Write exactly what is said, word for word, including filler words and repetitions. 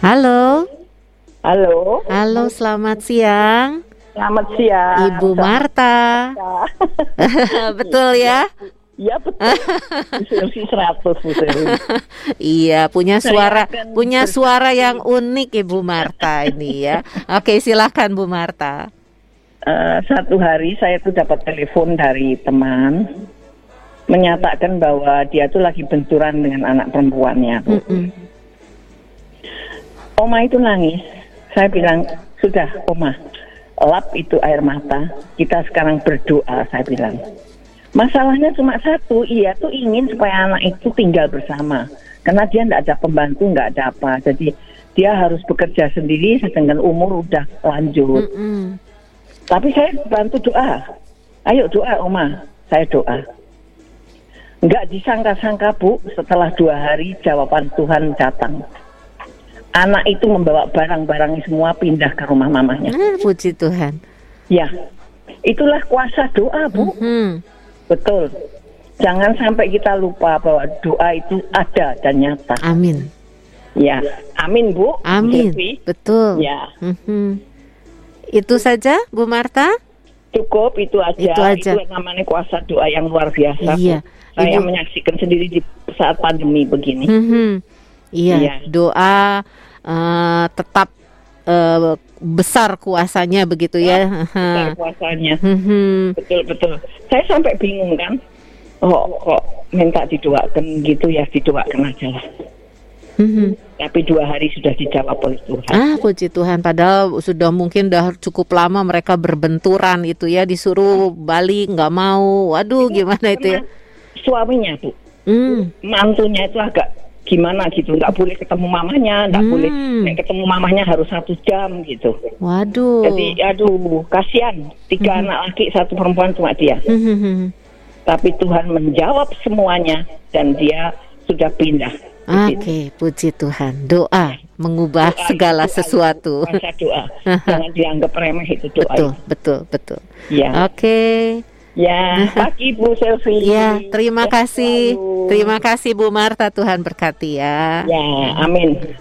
Halo. Halo. Halo, selamat siang. Selamat siang. Ibu Marta. Betul ya? Iya betul. Selfie seratus Bu Selvi. Iya, punya suara akan punya ber- suara yang unik Ibu Marta ini ya. Oke, silakan Bu Marta. Eh, satu hari saya tuh dapat telepon dari teman menyatakan bahwa dia tuh lagi benturan dengan anak perempuannya. Bu. Mm-mm. Oma itu nangis. Saya bilang, sudah Oma, lap itu air mata. Kita sekarang berdoa, saya bilang. Masalahnya cuma satu, ia tuh ingin supaya anak itu tinggal bersama. Karena dia tidak ada pembantu, nggak ada apa. Jadi dia harus bekerja sendiri sedangkan umur udah lanjut. Mm-mm. Tapi saya bantu doa. Ayo doa Oma, saya doa. Nggak disangka-sangka Bu, setelah dua hari jawaban Tuhan datang. Anak itu membawa barang-barangnya semua pindah ke rumah mamanya. Ah, puji Tuhan. Ya, itulah kuasa doa Bu. Hmm. Betul. Jangan sampai kita lupa bahwa doa itu ada dan nyata. Amin. Ya, amin Bu. Amin. Selvi. Betul. Ya, Mhm. Itu saja Bu Marta? cukup itu aja. Itu aja. Itu namanya kuasa doa yang luar biasa. Iya. Bu. Saya Ibu- menyaksikan sendiri di saat pandemi begini. Mhm. Iya, Iya. doa eh, tetap eh, besar kuasanya begitu ya. Besar kuasanya. Mhm. Betul betul. Saya sampai bingung kan. Oh kok minta didoakan gitu ya, didoakan aja lah. Mhm. Tapi dua hari sudah dijawab oleh Tuhan. Ah, puji Tuhan. Padahal sudah mungkin udah cukup lama mereka berbenturan itu ya, disuruh balik nggak mau. Waduh, gimana itu ya? Karena suaminya Bu, Hmm. mantunya itu agak gimana gitu, nggak boleh ketemu mamanya, nggak Hmm. boleh nek ketemu mamanya harus satu jam gitu. Waduh. Jadi aduh kasihan, tiga anak laki satu perempuan cuma dia. Mhm. Tapi Tuhan menjawab semuanya dan dia sudah pindah. Oke, puji Tuhan. Doa mengubah Doa segala itu sesuatu. kuasa doa. Jangan dianggap remeh itu doa. Betul, betul, betul. Ya. Oke. Ya, pagi Bu Selvi. Ya, terima Sehat kasih. selalu. Terima kasih Bu Marta, Tuhan berkati ya. Ya, amin.